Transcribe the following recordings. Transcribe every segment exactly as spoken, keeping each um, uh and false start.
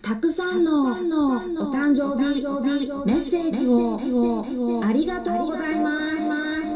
たくさんのお誕生日メッセージをありがとうございます。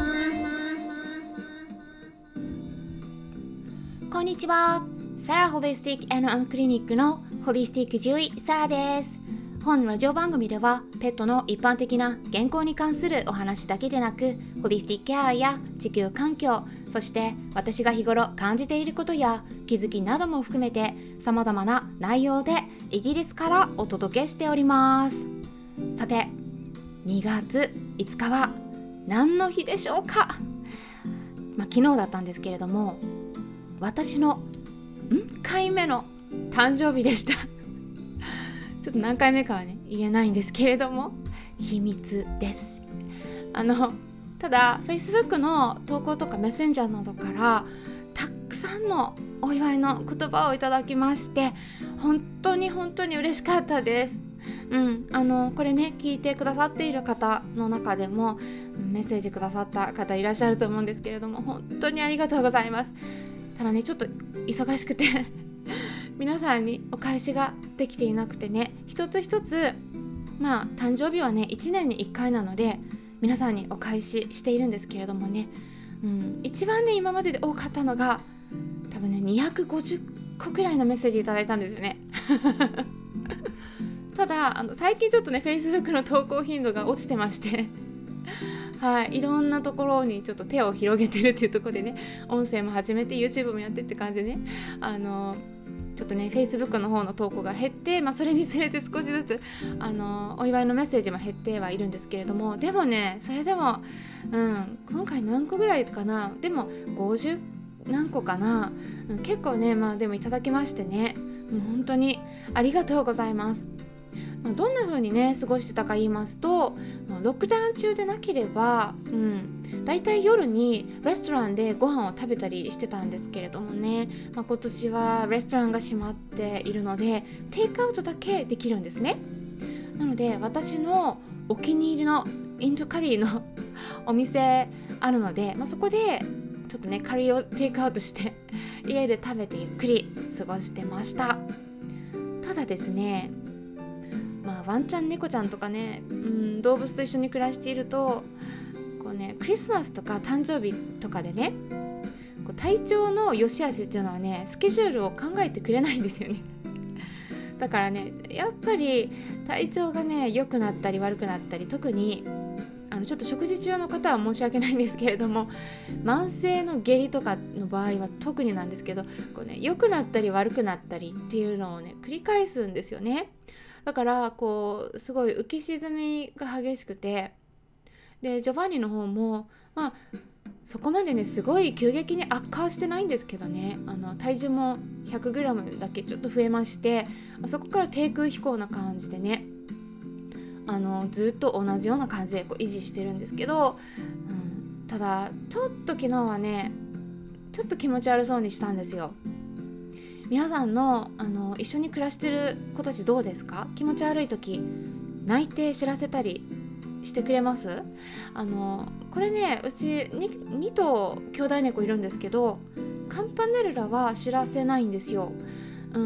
こんにちは。サラホリスティック&アンクリニックのホリスティック獣医サラです。本ラジオ番組ではペットの一般的な健康に関するお話だけでなく、ホリスティックケアや地球環境、そして私が日頃感じていることや気づきなども含めて様々な内容でイギリスからお届けしております。さて、にがついつかは何の日でしょうか。まあ、昨日だったんですけれども、私のん回目の誕生日でしたちょっと何回目かはね言えないんですけれども、秘密です。あのただ Facebook の投稿とかメッセンジャーなどからたくさんのお祝いの言葉をいただきまして、本当に本当に嬉しかったです。うん、あのこれね聞いてくださっている方の中でもメッセージくださった方いらっしゃると思うんですけれども、本当にありがとうございます。ただねちょっと忙しくて皆さんにお返しができていなくてね、一つ一つまあ誕生日はねいちねんにいっかいなので皆さんにお返ししているんですけれどもね、うん、一番ね今までで多かったのが多分ねにひゃくごじゅっこくらいのメッセージいただいたんですよねただあの最近ちょっとね Facebook の投稿頻度が落ちてましてはい、いろんなところにちょっと手を広げてるっていうところでね、音声も始めて YouTube もやってって感じでね、あのちょっとね Facebook の方の投稿が減って、まあ、それにつれて少しずつあのお祝いのメッセージも減ってはいるんですけれども、でもねそれでも、うん、今回何個ぐらいかな、でもごじゅう何個かな、うん、結構ねまあでもいただきましてね、もう本当にありがとうございます。どんな風にね過ごしてたか言いますと、ロックダウン中でなければ、うん、だいたい夜にレストランでご飯を食べたりしてたんですけれどもね、まあ、今年はレストランが閉まっているのでテイクアウトだけできるんですね。なので私のお気に入りのインドカリーのお店あるので、まあ、そこでちょっとねカリーをテイクアウトして家で食べてゆっくり過ごしてました。ただですね、まあ、ワンちゃん猫ちゃんとかね、うん、動物と一緒に暮らしているとこう、ね、クリスマスとか誕生日とかでねこう体調の良し悪しっていうのはねスケジュールを考えてくれないんですよねだからねやっぱり体調がね良くなったり悪くなったり、特にあのちょっと食事中の方は申し訳ないんですけれども、慢性の下痢とかの場合は特になんですけど、こう、ね、良くなったり悪くなったりっていうのをね繰り返すんですよね。だからこうすごい浮き沈みが激しくて、でジョバンニの方もまあそこまでねすごい急激に悪化してないんですけどね、あの体重も ひゃくグラム だけちょっと増えまして、そこから低空飛行な感じでね、あのずっと同じような感じでこう維持してるんですけど、うん、ただちょっと昨日はねちょっと気持ち悪そうにしたんですよ。皆さん の, あの一緒に暮らしてる子たちどうですか？気持ち悪い時泣いて知らせたりしてくれます？あのこれねうち 2, に頭兄弟猫いるんですけど、カンパネルラは知らせないんですよ、うん、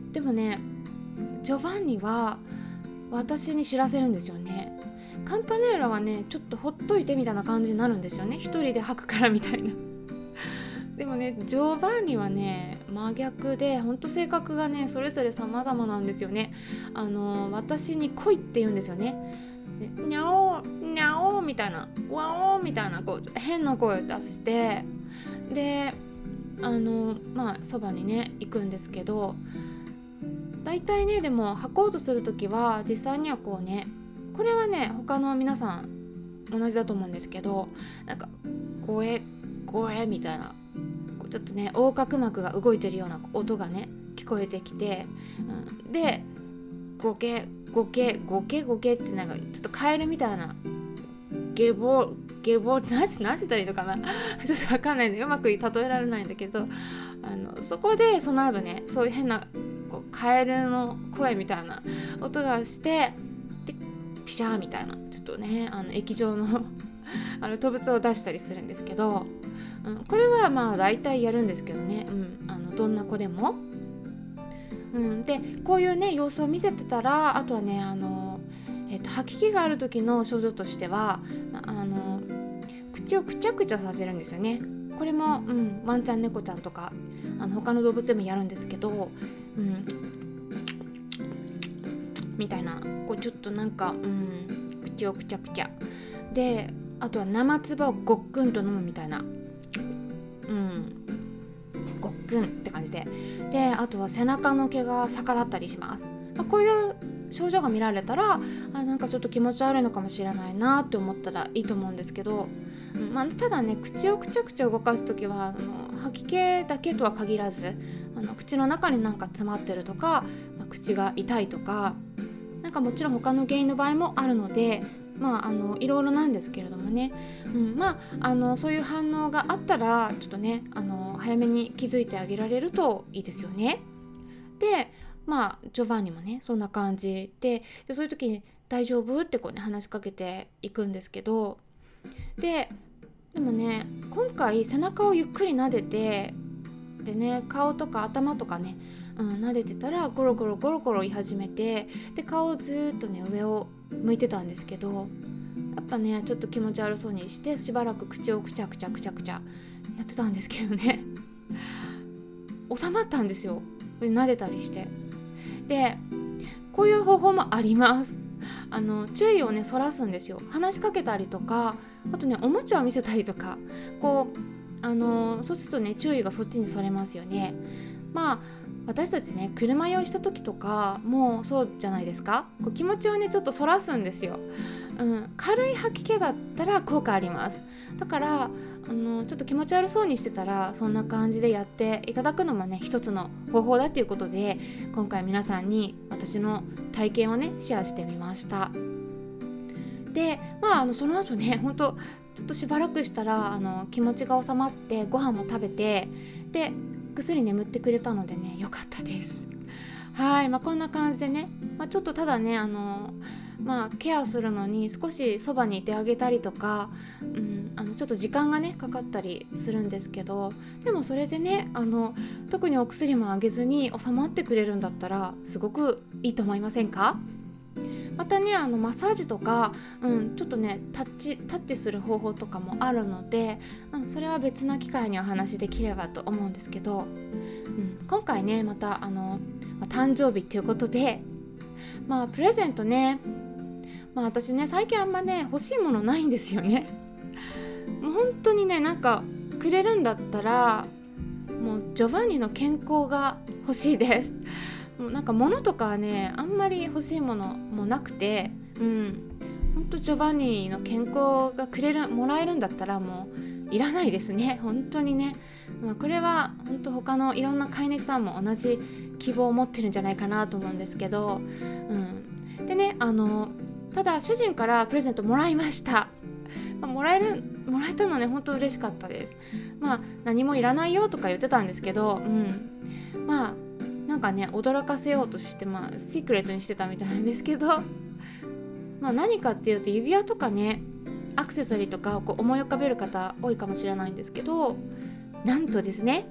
でもねジョバンニは私に知らせるんですよね。カンパネルラはねちょっとほっといてみたいな感じになるんですよね、一人で吐くからみたいなでもねジョバンニはね真逆で、ほんと性格がねそれぞれ様々なんですよね。あの私に来いって言うんですよね。でにゃおにゃおみたいな、わおみたいなこう変な声を出して、であのまあそばにね行くんですけど、だいたいねでも吐こうとするときは実際にはこうね、これはね他の皆さん同じだと思うんですけど、なんか声声みたいなちょっとね横隔膜が動いてるような音がね聞こえてきて、うん、でゴケゴケゴケゴケってなんかちょっとカエルみたいなゲボゲボって何て言ったらいいのかなちょっと分かんないんでうまく例えられないんだけど、あのそこでその後ねそういう変なこうカエルの声みたいな音がして、でピシャーみたいなちょっとねあの液状のあの動物を出したりするんですけど、うん、これはまあ大体やるんですけどね、うん、あのどんな子でも、 うん、でこういうね様子を見せてたら、あとはねあの、えー、と吐き気がある時の症状としてはあの口をくちゃくちゃさせるんですよね。これも、うん、ワンちゃん猫ちゃんとかあの他の動物でもやるんですけど、うん、みたいなこうちょっとなんか、うん、口をくちゃくちゃで、あとは生唾をごっくんと飲むみたいな、うん、ごっくんって感じで、であとは背中の毛が逆立ったりします。まあ、こういう症状が見られたらあなんかちょっと気持ち悪いのかもしれないなって思ったらいいと思うんですけど、うんまあ、ただね口をくちゃくちゃ動かすときはあの吐き気だけとは限らず、あの口の中になんか詰まってるとか、まあ、口が痛いとか、なんかもちろん他の原因の場合もあるので、まあ、あのいろいろなんですけれどもね、うん、まああのそういう反応があったらちょっとねあの早めに気づいてあげられるといいですよね。でまあジョバンニもねそんな感じ で, でそういう時に大丈夫ってこうね話しかけていくんですけど、ででもね今回背中をゆっくり撫でて、でね顔とか頭とかね、うん、撫でてたらゴロゴロゴロゴロ言い始めて、で顔をずっとね上を向いてたんですけど、やっぱねちょっと気持ち悪そうにしてしばらく口をくちゃくちゃくちゃくちゃやってたんですけどね収まったんですよ、撫でたりして。でこういう方法もあります。あの注意をねそらすんですよ。話しかけたりとか、あとねおもちゃを見せたりとか、こうあのそうするとね注意がそっちにそれますよね。まあ私たちね車酔いした時とかもうそうじゃないですか。こう気持ちをねちょっとそらすんですよ、うん、軽い吐き気だったら効果あります。だからあのちょっと気持ち悪そうにしてたらそんな感じでやっていただくのもね一つの方法だということで、今回皆さんに私の体験をねシェアしてみました。でまああのその後ね本当ちょっとしばらくしたらあの気持ちが収まってご飯も食べて、でぐっすり眠ってくれたのでねよかったです。はい、まあ、こんな感じでね、まあ、ちょっとただねあのまあケアするのに少しそばにいてあげたりとか、うん、あのちょっと時間がねかかったりするんですけど、でもそれでねあの特にお薬もあげずに収まってくれるんだったらすごくいいと思いませんか？またねあのマッサージとか、うん、ちょっとねタッチタッチする方法とかもあるので、うん、それは別な機会にお話できればと思うんですけど、うん、今回ねまたあの、まあ、誕生日っていうことで、まあプレゼントね、まあ私ね最近あんまね欲しいものないんですよね。もう本当にねなんかくれるんだったらもうジョバンニの健康が欲しいです。もうなんか物とかはねあんまり欲しいものもなくて、うん本当ジョバンニの健康がくれるもらえるんだったらもういらないですね本当にね。まあ、これは本当他のいろんな飼い主さんも同じ希望を持ってるんじゃないかなと思うんですけど、うん、でねあのただ主人からプレゼントもらいました。まあ、もらえるもらえたのね本当嬉しかったです。まあ何もいらないよとか言ってたんですけど、うん、まあなんかね驚かせようとして、まあ、シークレットにしてたみたいなんですけど、まあ、何かっていうと指輪とかねアクセサリーとかこう思い浮かべる方多いかもしれないんですけど、なんとですね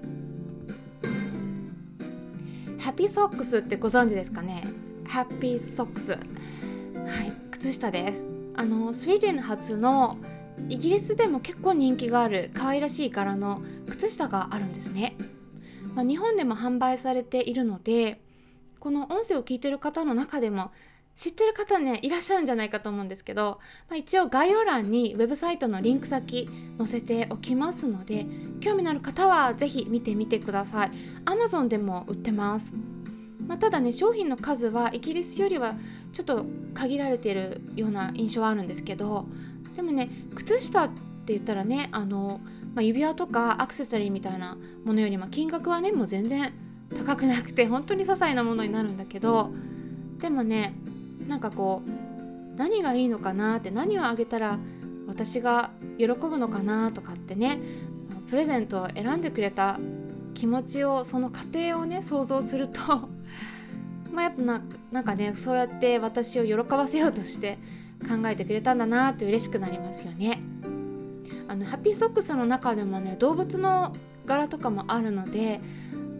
ハッピーソックスってご存知ですかね。ハッピーソックス、はい、靴下です。あのスウェーデン発のイギリスでも結構人気がある可愛らしい柄の靴下があるんですね。まあ、日本でも販売されているので、この音声を聞いている方の中でも知ってる方ねいらっしゃるんじゃないかと思うんですけど、まあ、一応概要欄にウェブサイトのリンク先載せておきますので、興味のある方はぜひ見てみてください。 Amazon でも売ってます。まあ、ただね商品の数はイギリスよりはちょっと限られているような印象はあるんですけど、でもね靴下って言ったらねあのまあ、指輪とかアクセサリーみたいなものよりも金額はねもう全然高くなくて本当に些細なものになるんだけど、でもねなんかこう何がいいのかなって、何をあげたら私が喜ぶのかなとかってね、プレゼントを選んでくれた気持ちをその過程をね想像するとまあやっぱ な, なんかねそうやって私を喜ばせようとして考えてくれたんだなって嬉しくなりますよね。あのハッピーソックスの中でもね動物の柄とかもあるので、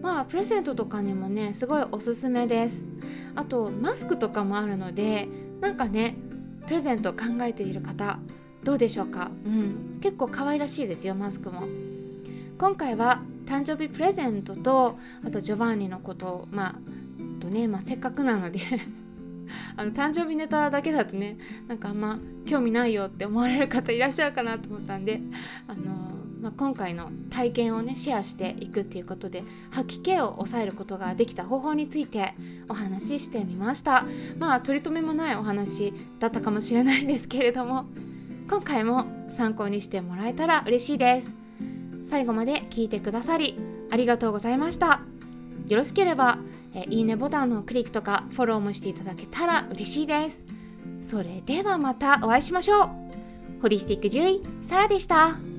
まあプレゼントとかにもねすごいおすすめです。あとマスクとかもあるので、なんかねプレゼント考えている方どうでしょうか。うん、結構可愛らしいですよ、マスクも。今回は誕生日プレゼントと、あとジョバンニのことをまあとね、まあ、せっかくなのであの誕生日ネタだけだとね、なんかあんま興味ないよって思われる方いらっしゃるかなと思ったんで、あの、まあ、今回の体験をねシェアしていくっていうことで、吐き気を抑えることができた方法についてお話ししてみました。まあ取り留めもないお話だったかもしれないんですけれども、今回も参考にしてもらえたら嬉しいです。最後まで聞いてくださりありがとうございました。よろしければえいいねボタンのクリックとかフォローもしていただけたら嬉しいです。それではまたお会いしましょう。ホリスティック獣医サラでした。